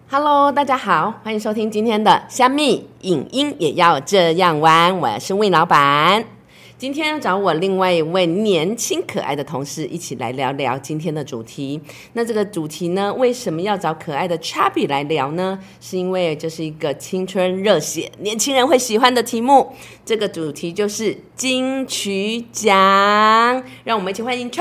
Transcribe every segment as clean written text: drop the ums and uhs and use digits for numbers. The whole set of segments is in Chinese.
Hello， 大家好，欢迎收听今天的虾米影音也要这样玩，我是魏老板。今天要找我另外一位年轻可爱的同事一起来聊聊今天的主题。那这个主题呢，为什么要找可爱的 Chubby 来聊呢？是因为这是一个青春热血年轻人会喜欢的题目。这个主题就是金曲奖，让我们一起欢迎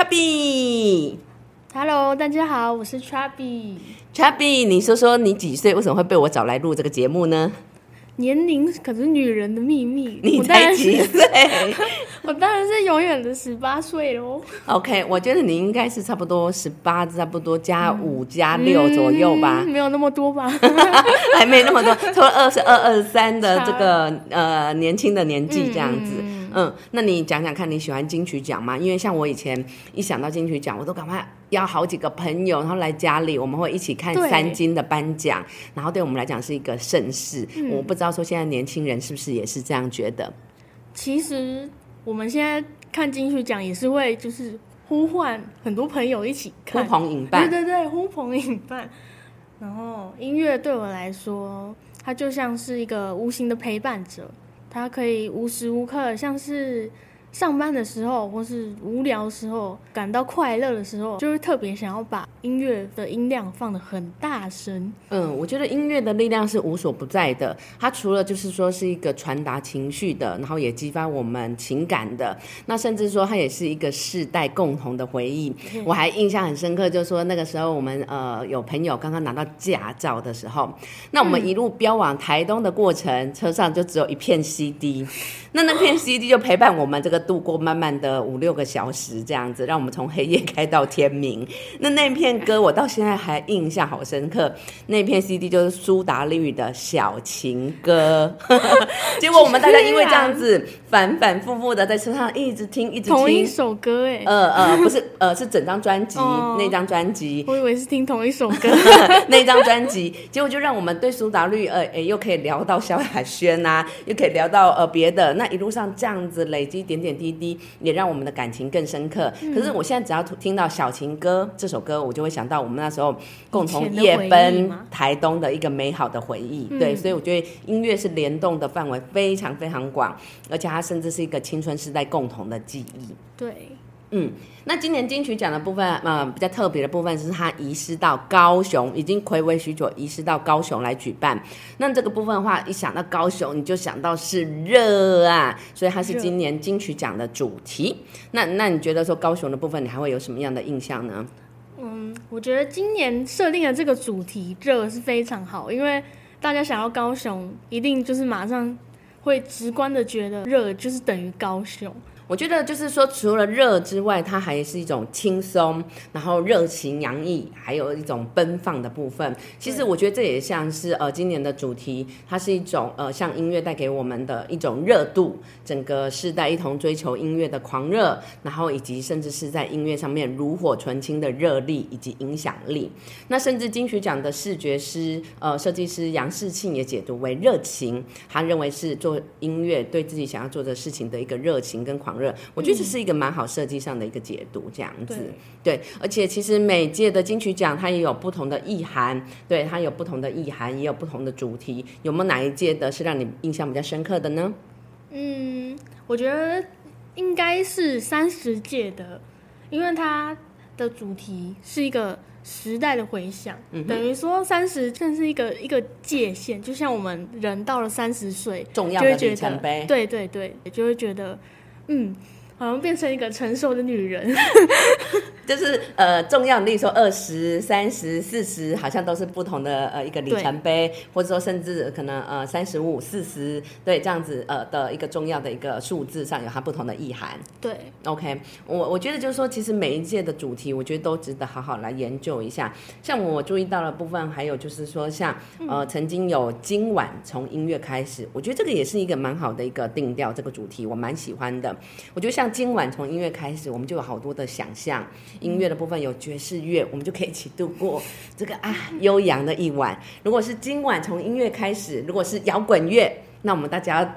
Chubby。Hello， 大家好，我是 Chubby。Chubby， 你说说你几岁？为什么会被我找来录这个节目呢？ 年龄可是女人的秘密。 你才几岁？ 我当然是永远的18岁咯。 OK， 我觉得你应该是差不多18，差不多加5加6左右吧。 没有那么多吧？ 还没那么多，除了22、23的这个年轻的年纪这样子。那你讲讲看，你喜欢金曲奖吗？因为像我以前一想到金曲奖，我都赶快邀好几个朋友，然后来家里，我们会一起看3金的颁奖，然后对我们来讲是一个盛事。我不知道说现在年轻人是不是也是这样觉得？ 其实我们现在看金曲奖也是会就是呼唤很多朋友一起看， 呼朋引伴。 对，呼朋引伴。然后音乐对我来说，它就像是一个无形的陪伴者。它可以无时无刻，像是上班的时候或是无聊的时候，感到快乐的时候，就会特别想要把音乐的音量放得很大声。 我觉得音乐的力量是无所不在的，它除了就是说是一个传达情绪的，然后也激发我们情感的，那甚至说它也是一个世代共同的回忆。我还印象很深刻，就是说那个时候我们有朋友刚刚拿到驾照的时候，那我们一路飙往台东的过程，车上就只有一片 CD， 那片 CD 就陪伴我们这个度过慢慢的5-6个小时这样子，让我们从黑夜开到天明。那片歌我到现在还印象好深刻，那片 CD 就是苏打绿的小情歌。结果我们大家因为这样子反反复复的在车上一直听同一首歌不是是整张专辑，那张专辑我以为是听同一首歌。 那张专辑结果就让我们对苏打绿又可以聊到萧亚轩啊，又可以聊到别的，那一路上这样子累积点点滴滴，也让我们的感情更深刻。可是我现在只要听到小情歌这首歌，我就会想到我们那时候共同夜奔台东的一个美好的回忆。对，所以我觉得音乐是联动的范围非常非常广，而且它甚至是一个青春时代共同的记忆。 对， 那今年金曲奖的部分，比较特别的部分是它移师到高雄，已经睽违许久，移师到高雄来举办。那这个部分的话，一想到高雄，你就想到是热啊，所以它是今年金曲奖的主题。那你觉得说高雄的部分，你还会有什么样的印象呢？ 我觉得今年设定的这个主题热是非常好，因为大家想要高雄，一定就是马上会直观的觉得热就是等于高雄。 我觉得就是说除了热之外，它还是一种轻松，然后热情洋溢，还有一种奔放的部分。其实我觉得这也像是今年的主题，它是一种像音乐带给我们的一种热度，整个世代一同追求音乐的狂热，然后以及甚至是在音乐上面炉火纯青的热力以及影响力。那甚至金曲奖的视觉师设计师杨世庆也解读为热情，他认为是做音乐对自己想要做的事情的一个热情跟狂热。我觉得这是一个蛮好设计上的一个解读这样子。对，而且其实每届的金曲奖它也有不同的意涵，对，它有不同的意涵，也有不同的主题。有没有哪一届的是让你印象比较深刻的呢？ 我觉得应该是30届的，因为它的主题是一个时代的回响，等于说30正是一个界限，就像我们人到了30岁， 重要的里程碑。 对，就会觉得好像变成一个成熟的女人。 就是重要的，例如说20、30、40，好像都是不同的一个里程碑，或者说甚至可能35、40，对，这样子的一个重要的一个数字上有它不同的意涵。 对 ，OK， 我觉得就是说，其实每一届的主题，我觉得都值得好好来研究一下。像我注意到的部分，还有就是说像曾经有今晚从音乐开始，我觉得这个也是一个蛮好的一个定调，这个主题我蛮喜欢的。我觉得像今晚从音乐开始，我们就有好多的想象。音乐的部分有爵士乐，我们就可以一起度过这个悠扬的一晚。如果是今晚从音乐开始，如果是摇滚乐，那我们大家的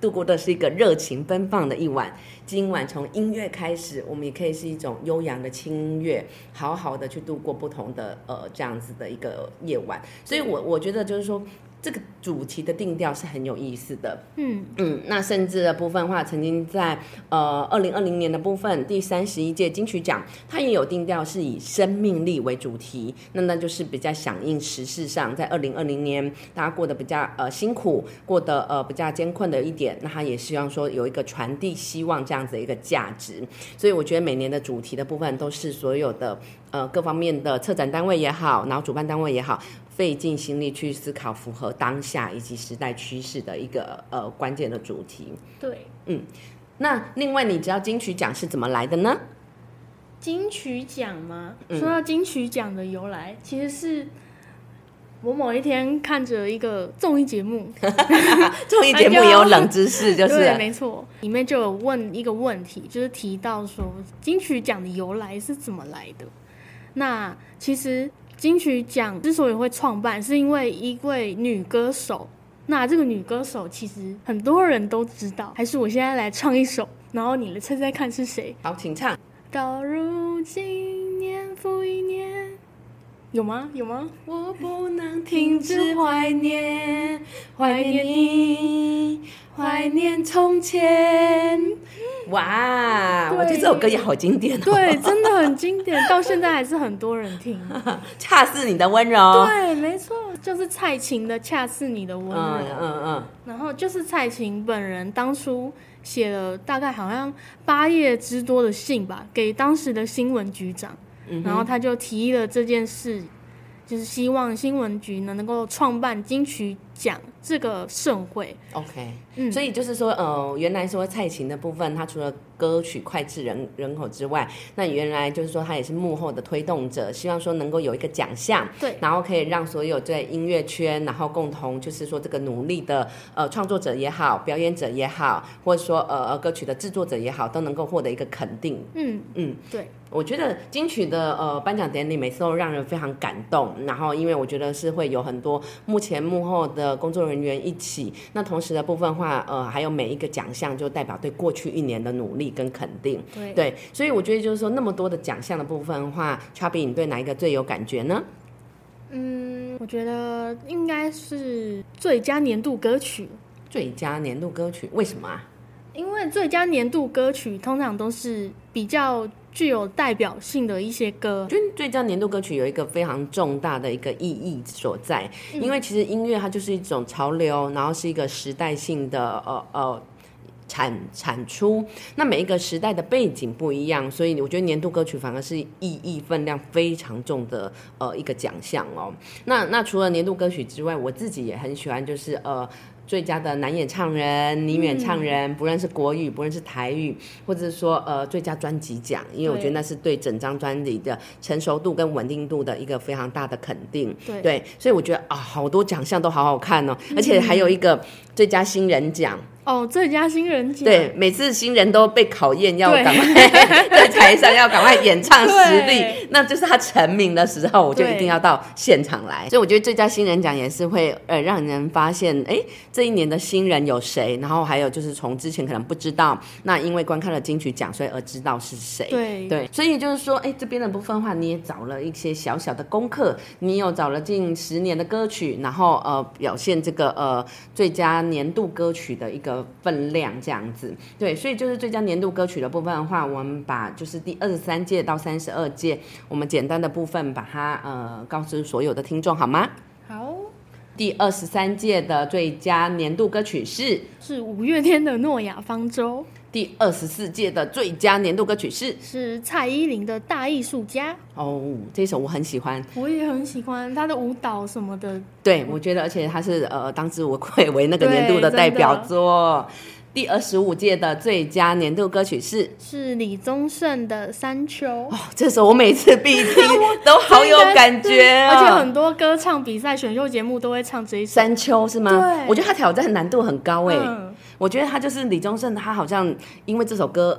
度过的是一个热情奔放的一晚。今晚从音乐开始，我们也可以是一种悠扬的轻乐，好好的去度过不同的这样子的一个夜晚。所以我觉得就是说，这个主题的定调是很有意思的。那甚至的部分的话，曾经在2020年的部分第31届金曲奖，它也有定调是以生命力为主题，那就是比较响应时事上，在2020年大家过得比较辛苦，过得比较艰困的一点，那他也希望说有一个传递希望这样子的一个价值。所以我觉得每年的主题的部分都是所有的各方面的策展单位也好，然后主办单位也好，费尽心力去思考符合当下以及时代趋势的一个关键的主题。 对， 那另外你知道金曲奖是怎么来的呢？ 金曲奖吗？说到金曲奖的由来，其实是我某一天看着一个综艺节目， 综艺节目也有冷知识，就是对，没错，里面就有问一个问题，就是提到说金曲奖的由来是怎么来的。那其实金曲奖之所以会创办，是因为一位女歌手。那这个女歌手其实很多人都知道，还是我现在来唱一首，然后你来猜猜看是谁？ 好，请唱。 到如今年复一年，有吗？有吗？ 我不能停止怀念，怀念你，怀念从前。哇，我觉得这首歌也好经典哦。 对，真的很经典，到现在还是很多人听。 恰似你的温柔。 对，没错，就是蔡琴的《恰似你的温柔》。然后就是蔡琴本人当初写了大概好像8页之多的信吧，给当时的新闻局长，然后他就提议了这件事，就是希望新闻局呢能够创办金曲奖这个盛会。 OK，所以就是说，原来说蔡琴的部分，它除了歌曲脍炙人口之外，那原来就是说它也是幕后的推动者，希望说能够有一个奖项， 对， 然后可以让所有在音乐圈，然后共同就是说这个努力的创作者也好，表演者也好，或者说歌曲的制作者也好，都能够获得一个肯定。 对。 我觉得金曲的颁奖典礼每次都让人非常感动，然后因为我觉得是会有很多幕前幕后的工作人员一起，那同时的部分的话，还有每一个奖项就代表对过去1年的努力跟肯定。对，所以我觉得就是说那么多的奖项的部分的话，Chubby你对哪一个最有感觉呢？ 我觉得应该是最佳年度歌曲。 最佳年度歌曲为什么啊？ 因为最佳年度歌曲通常都是比较具有代表性的一些歌。 就最佳年度歌曲有一个非常重大的一个意义所在，因为其实音乐它就是一种潮流，然后是一个时代性的产出，那每一个时代的背景不一样，所以我觉得年度歌曲反而是意义分量非常重的一个奖项哦。那除了年度歌曲之外，我自己也很喜欢就是最佳的男演唱人、女演唱人，不论是国语，不论是台语，或者是说最佳专辑奖，因为我觉得那是对整张专辑的成熟度跟稳定度的一个非常大的肯定。对，所以我觉得好多奖项都好好看哦，而且还有一个最佳新人奖。 最佳新人奖。 对，每次新人都被考验，要赶快在台上要赶快演唱实力，那就是他成名的时候，我就一定要到现场来。所以我觉得最佳新人奖也是会让人发现，这一年的新人有谁，然后还有就是从之前可能不知道，那因为观看了金曲奖，所以而知道是谁。对，所以就是说，这边的部分的话，你也找了一些小小的功课，你有找了近10年的歌曲，然后表现这个最佳年度歌曲的一个分量这样子。对，所以就是最佳年度歌曲的部分的话，我们把就是第23届到32届，我们简单的部分把它告诉所有的听众好吗？ 好。 第23届的最佳年度歌曲是五月天的《诺亚方舟》。 第24届的最佳年度歌曲是蔡依林的《大艺术家》。 这首我很喜欢， 我也很喜欢她的舞蹈什么的。 对，我觉得而且她是当之无愧为那个年度的代表作。第25届的最佳年度歌曲是李宗盛的《山丘》。 这首我每次必听都好有感觉而且很多歌唱比赛选秀节目都会唱这一首《 山丘》是吗？ 对， 我觉得他挑战难度很高我觉得他就是李宗盛，他好像因为这首歌而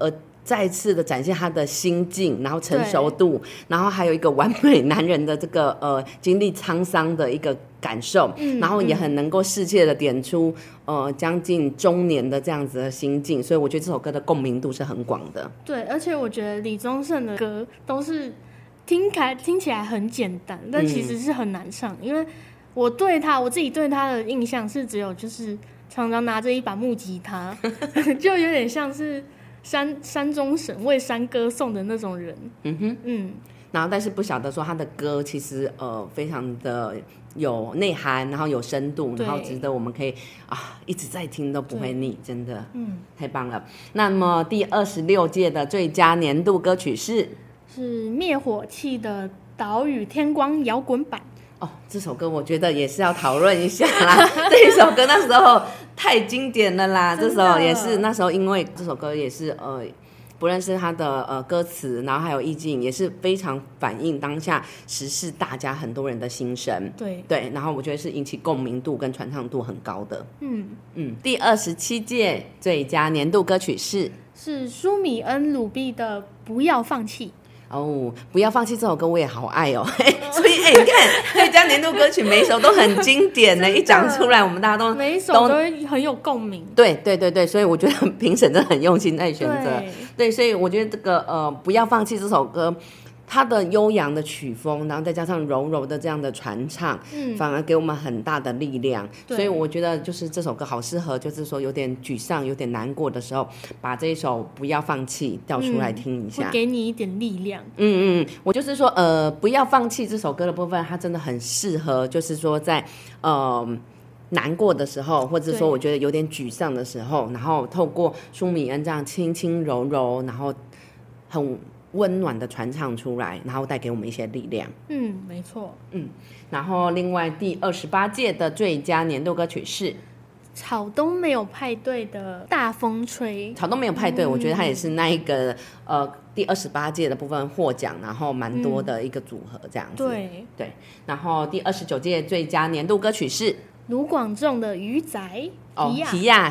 再次的展现他的心境，然后成熟度，然后还有一个完美男人的这个经历沧桑的一个感受，然后也很能够适切的点出将近中年的这样子的心境，所以我觉得这首歌的共鸣度是很广的。 对，而且我觉得李宗盛的歌都是听起来很简单，但其实是很难唱，因为我自己对他的印象是只有就是常常拿着一把木吉他，就有点像是山中神为山歌颂的那种人。 然后但是不晓得说他的歌其实非常的有内涵，然后有深度，然后值得我们可以一直在听都不会腻，真的太棒了。那么第26届的最佳年度歌曲是灭火器的岛屿天光摇滚版。 这首歌我觉得也是要讨论一下啦。这一首歌那时候太经典了啦，这首也是那时候因为这首歌也是不论是他的歌词，然后还有意境，也是非常反映当下时事大家很多人的心声。对，然后我觉得是引起共鸣度跟传唱度很高的。第27届最佳年度歌曲是舒米恩鲁碧的《不要放弃》。 不要放弃这首歌我也好爱哦。所以你看最佳年度歌曲每一首都很经典的，一讲出来我们大家都每一首都很有共鸣。 对，所以我觉得评审真的很用心在选择。对，所以我觉得这个不要放弃这首歌，它的悠扬的曲风，然后再加上柔柔的这样的传唱，反而给我们很大的力量。所以我觉得就是这首歌好适合，就是说有点沮丧、有点难过的时候，把这一首《不要放弃》调出来听一下， 会给你一点力量。 我就是说不要放弃这首歌的部分，它真的很适合，就是说在难过的时候，或者说我觉得有点沮丧的时候，然后透过舒米恩这样轻轻柔柔，然后很温暖的传唱出来，然后带给我们一些力量。 没错。 然后另外第28届的最佳年度歌曲是草东没有派对的大风吹。 草东没有派对，我觉得它也是那一个第28届的部分获奖，然后蛮多的一个组合这样子。对。然后第29届最佳年度歌曲是卢广仲的鱼仔。 提亚，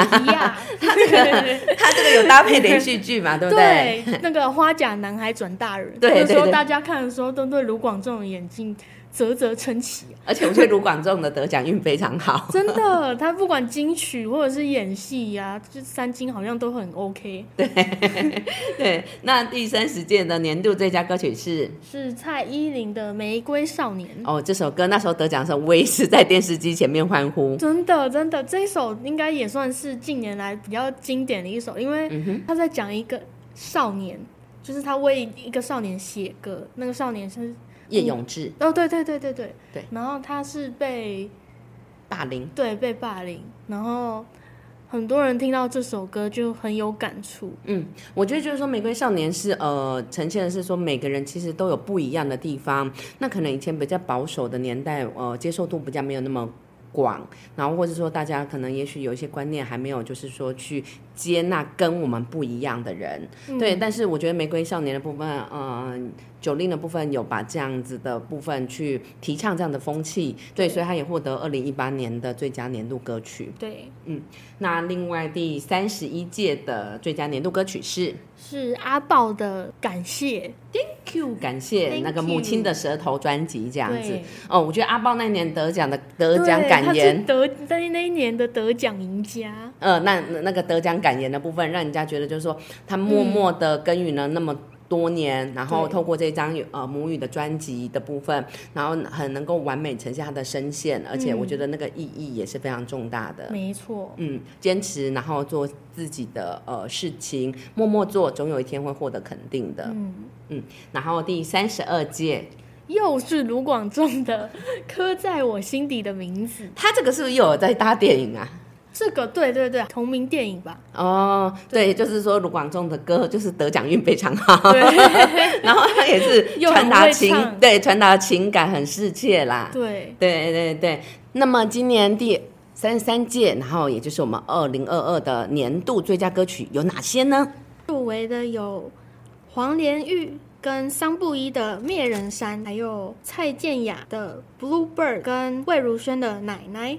他这个有搭配连续剧嘛，对不对？ 对，那个花甲男孩转大人， 对， 那时候大家看的时候都对卢广仲的眼睛啧啧称奇。 而且我觉得卢广仲的得奖运非常好， 真的，他不管金曲或者是演戏啊，就三金好像都很 OK。 对。那第30届的年度最佳歌曲是蔡依林的《玫瑰少年》。 这首歌那时候得奖的时候，我也是在电视机前面欢呼。 真的，这一首应该也算是近年来比较经典的一首，因为他在讲一个少年，就是他为一个少年写歌，那个少年是叶永志。 对。然后他是被霸凌， 对，被霸凌，然后很多人听到这首歌就很有感触。 我觉得就是说玫瑰少年是呈现的是说每个人其实都有不一样的地方，那可能以前比较保守的年代接受度比较没有那么广，然后或者说大家可能也许有一些观念还没有就是说去接纳跟我们不一样的人。对，但是我觉得玫瑰少年的部分90的部分有把这样子的部分去提倡这样的风气。对，所以他也获得2018年的最佳年度歌曲。 对。 那另外第31届的最佳年度歌曲是阿爆的感谢 Thank you， 感谢那个母亲的舌头专辑这样子。我觉得阿爆那一年得奖的得奖感言， 他是在那一年的得奖赢家。 那个得奖感言的部分，让人家觉得就是说他默默的耕耘了那么多年，然后透过这张母语的专辑的部分，然后很能够完美呈现他的声线，而且我觉得那个意义也是非常重大的。 没错。 坚持然后做自己的事情，默默做，总有一天会获得肯定的。然后第32届又是卢广仲的刻在我心底的名字。 他这个是不是又有在搭电影啊？ 这个对，同名电影吧。 对，就是说卢广仲的歌就是得奖运非常好。对。然后他也是传达情感很适切啦。对。那么今年第33届，然后也就是我们2022的年度最佳歌曲有哪些呢？ 入围的有黄连玉跟桑布依的《灭人山》，还有蔡健雅的《Bluebird》跟魏如萱的《奶奶》，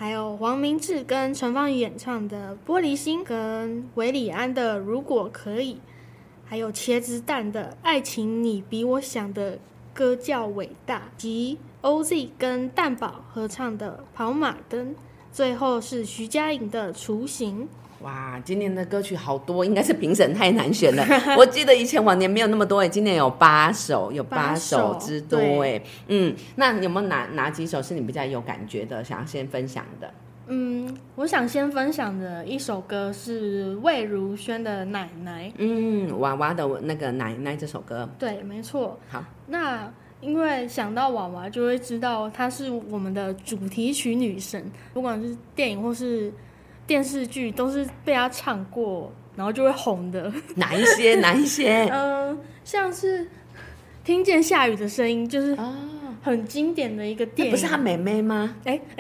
还有黄明志跟陈芳宇演唱的《玻璃心》，跟韦礼安的《如果可以》，还有茄子蛋的《爱情你比我想的歌叫伟大》，及 OZ 跟蛋堡合唱的《跑马灯》，最后是徐佳莹的《雏形》。 哇，今年的歌曲好多，应该是评审太难选了。我记得以前往年没有那么多，今年有8首，有8首之多哎。那有没有哪几首是你比较有感觉的，想要先分享的？ 我想先分享的一首歌是魏如萱的《奶奶》。 娃娃的那个《奶奶》这首歌。 对，没错。 好， 那因为想到娃娃，就会知道她是我们的主题曲女神，不管是电影或是电视剧都是被他唱过，然后就会红的。哪一些？像是听见下雨的声音，就是很经典的一个电影。 不是他妹妹吗？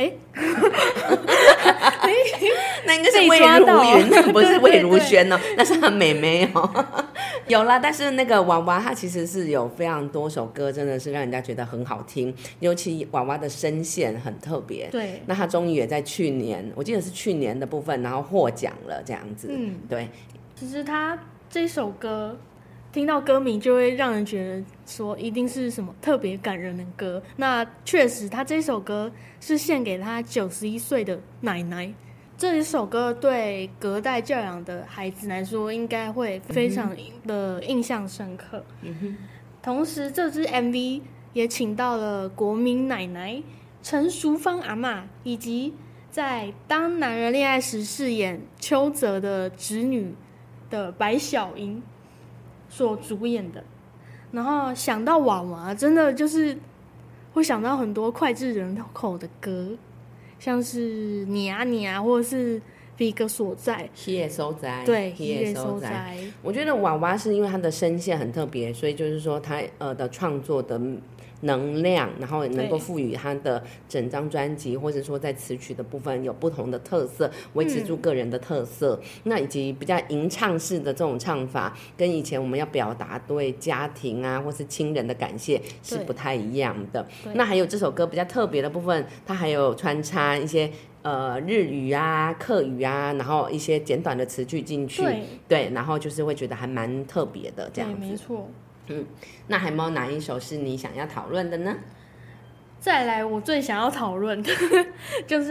那应该是魏如云，不是魏如萱哦，那是他妹妹哦。有啦，但是那个娃娃他其实是有非常多首歌，真的是让人家觉得很好听，尤其娃娃的声线很特别。 对， 那他终于也在去年，我记得是去年的部分，然后获奖了这样子。对。 其实他这首歌听到歌名就会让人觉得说一定是什么特别感人的歌。那确实，他这首歌是献给他91岁的奶奶。这一首歌对隔代教养的孩子来说，应该会非常的印象深刻。同时，这支 MV 也请到了国民奶奶陈淑芳阿嬷，以及在《当男人恋爱时》饰演邱泽的侄女的白小英所主演的。然后想到娃娃，真的就是会想到很多脍炙人口的歌，像是你啊你啊，或者是一个所在， 彼个所在， 对，彼个所在。 我觉得娃娃是因为他的声线很特别，所以就是说他的创作的能量，然后能够赋予他的整张专辑，或者说在词曲的部分有不同的特色，维持住个人的特色。那以及比较吟唱式的这种唱法，跟以前我们要表达对家庭啊或是亲人的感谢是不太一样的。那还有这首歌比较特别的部分，它还有穿插一些日语啊、客语啊，然后一些简短的词句进去，对，然后就是会觉得还蛮特别的这样子。 对，没错。 那还有没有哪一首是你想要讨论的呢？ 再来，我最想要讨论的就是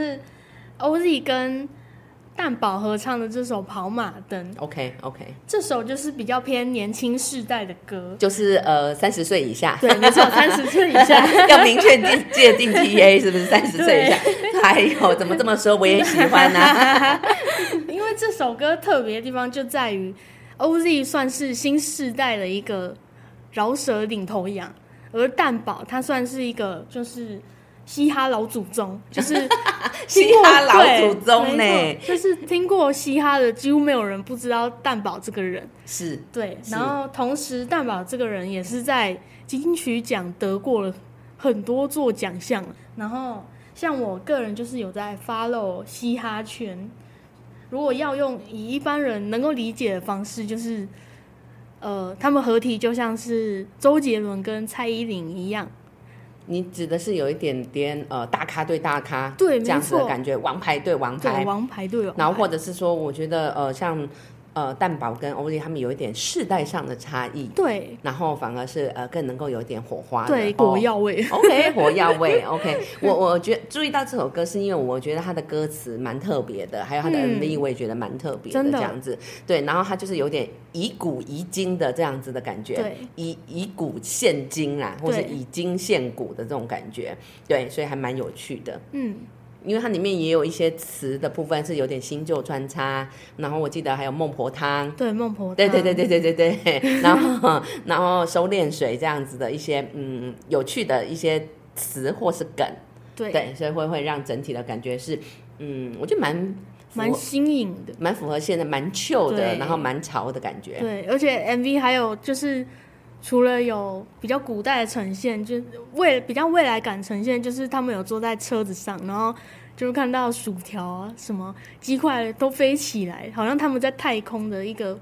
OZ 跟蛋堡合唱的这首《跑马灯》。 OK， 这首就是比较偏年轻世代的歌， 就是30岁以下。 对，没错，30岁以下要明确界定 TA 是不是30岁以下？还有怎么这么说，我也喜欢啊。 因为这首歌特别的地方就在于 OZ 算是新世代的一个饶舌领头羊，而蛋堡他算是一个就是嘻哈老祖宗，就是嘻哈老祖宗呢， 就是听过嘻哈的几乎没有人不知道蛋堡这个人。 是， 对。然后同时蛋堡这个人也是在金曲奖得过了很多座奖项。然后像我个人就是有在 follow 嘻哈圈，如果要用以一般人能够理解的方式，就是他们合体就像是周杰伦跟蔡依林一样。 你指的是有一点点大咖对大咖， 对， 这样子的感觉，王牌对王牌， 对，王牌对王牌。 然后或者是说，我觉得像蛋堡跟 OZ 他们有一点世代上的差异， 对， 然后反而是更能够有一点火花的， 对，火药味。 OK， 火药味。OK， 我觉得注意到这首歌是因为我觉得它的歌词蛮特别的，还有它的 MV 我也觉得蛮特别的，这样子。对，然后它就是有点以古移今的这样子的感觉， 对， 以古现今啦，或是以今现古的这种感觉，对，所以还蛮有趣的。因为它里面也有一些词的部分是有点新旧穿插，然后我记得还有孟婆汤， 对，孟婆汤， 对，然后收敛水这样子的一些有趣的一些词或是梗，对，所以会让整体的感觉是我觉得蛮新颖的， 蛮符合现在蛮 chill 的，然后蛮潮的感觉。 对，而且 MV 还有就是除了有比较古代的呈现，就比较未来感呈现，就是他们有坐在车子上，然后就看到薯条啊什么鸡块都飞起来，好像他们在太空的一个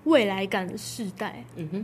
未来感的世代。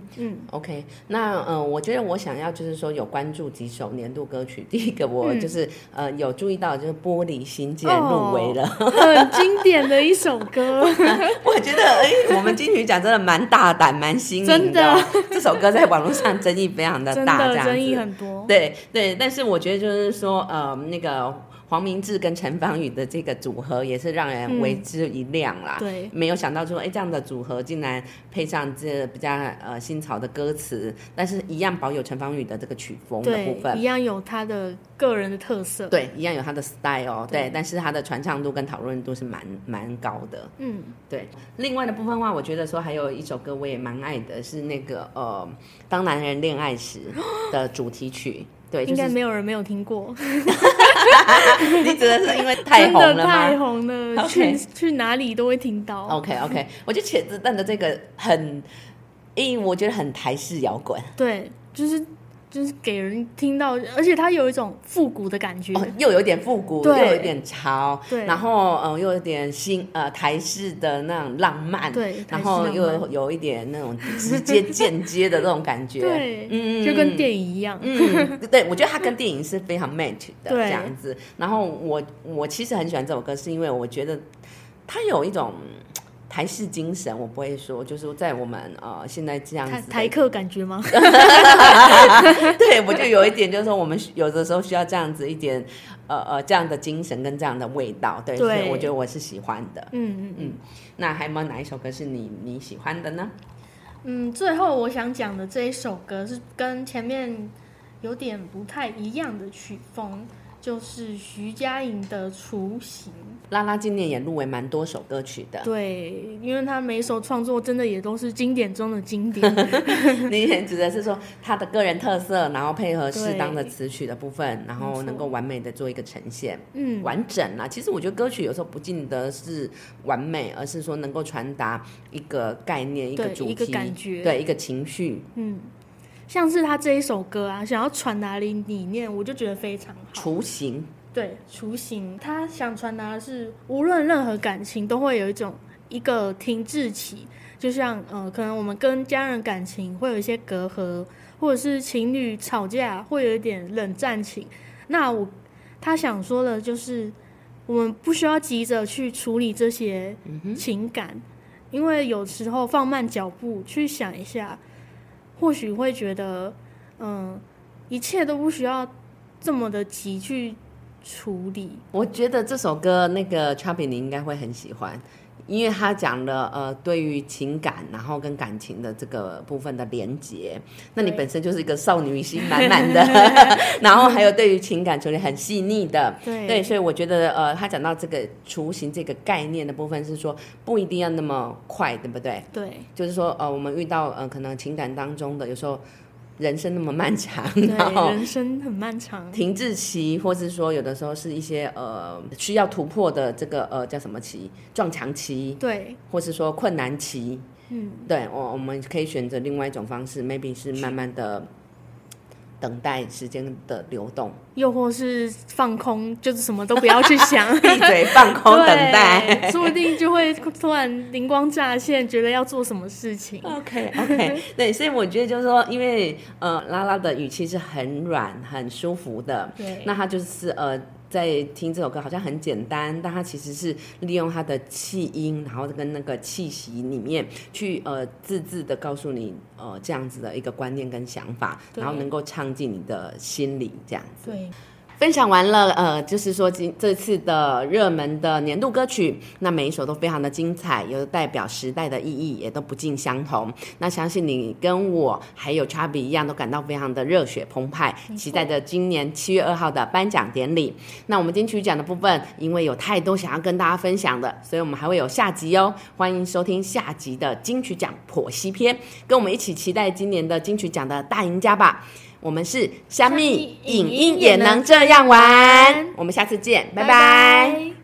OK， 那我觉得我想要就是说有关注几首年度歌曲。第一个我就是、有注意到就是《玻璃心》竟然入围了， 很经典的一首歌。 我觉得我们金曲奖真的蛮大胆蛮新颖的， 真的这首歌在网络上争议非常的大， 真的争议很多。 对对，但是我觉得就是说那个黄明志跟陈芳语的这个组合也是让人为之一亮啦。 对， 没有想到说，这样的组合竟然配上这比较新潮的歌词，但是一样保有陈芳语的这个曲风的部分， 一样有他的个人的特色， 对，一样有他的 style， 对，但是他的传唱度跟讨论度是蛮高的。对。另外的部分的话，我觉得说还有一首歌我也蛮爱的，是那个当男人恋爱时的主题曲。对， 应该没有人没有听过。 你指的是因为太红了吗？ 真的太红了， okay. 去哪里都会听到。 OK， 我觉得茄子蛋的这个我觉得很台式摇滚。 对，就是给人听到，而且它有一种复古的感觉， 又有点复古，又有点潮， 对， 然后又有点台式的那种浪漫， 对， 然后又有一点那种直接间接的那种感觉， 对，就跟电影一样， 对，我觉得它跟电影是非常 match 的这样子。然后我其实很喜欢这首歌，是因为我觉得它有一种台式精神，我不会说，就是在我们现在这样子台客感觉吗？ 对，我就有一点，就是说我们有的时候需要这样子一点这样的精神跟这样的味道，对，所以我觉得我是喜欢的。那还有没有哪一首歌是你喜欢的呢？ 最后我想讲的这一首歌是跟前面有点不太一样的曲风，就是徐佳莹的《雏形》。 拉拉今年也入围蛮多首歌曲的， 对，因为他每一首创作真的也都是经典中的经典。 你指的是说他的个人特色，然后配合适当的词曲的部分，然后能够完美的做一个呈现，完整啊。其实我觉得歌曲有时候不尽得是完美，而是说能够传达一个概念、一个主题、 一个感觉， 对，一个情绪。 像是他这一首歌啊，想要传达的理念，我就觉得非常好。 雏形， 对，雏形，他想传达的是，无论任何感情都会有一个停滞期，就像可能我们跟家人感情会有一些隔阂，或者是情侣吵架会有一点冷战情。那他想说的就是，我们不需要急着去处理这些情感，因为有时候放慢脚步去想一下。或许会觉得，一切都不需要这么的急去处理。我觉得这首歌那个 Chubby 你应该会很喜欢，因为他讲了对于情感然后跟感情的这个部分的连结。那你本身就是一个少女心满满的，然后还有对于情感处理很细腻的，对，所以我觉得他讲到这个雏形这个概念的部分是说不一定要那么快，对不对？ 对， 就是说我们遇到可能情感当中的有时候人生那么漫长， 对，人生很漫长， 停滞期，或是说有的时候是一些需要突破的这个叫什么期，撞墙期， 对， 或是说困难期，对，我们可以选择另外一种方式 ，maybe 是慢慢的等待时间的流动， 又或是放空，就是什么都不要去想， 闭嘴放空等待， 说不定就会突然灵光乍现，觉得要做什么事情。 OK， 对，所以我觉得就是说，因为拉拉的语气是很软、很舒服的， 对， 那他就是在听这首歌好像很简单，但他其实是利用他的气音，然后跟那个气息里面去字的告诉你这样子的一个观念跟想法，然后能够唱进你的心里这样子。 对。 分享完了就是说这次的热门的年度歌曲，那每一首都非常的精彩，有代表时代的意义，也都不尽相同。那相信你跟我还有 Chubby 一样，都感到非常的热血澎湃，期待着今年7月2号的颁奖典礼。那我们金曲奖的部分，因为有太多想要跟大家分享的，所以我们还会有下集哦，欢迎收听下集的金曲奖剖析篇，跟我们一起期待今年的金曲奖的大赢家吧。我们是虾米影音也能这样玩，我们下次见，拜拜。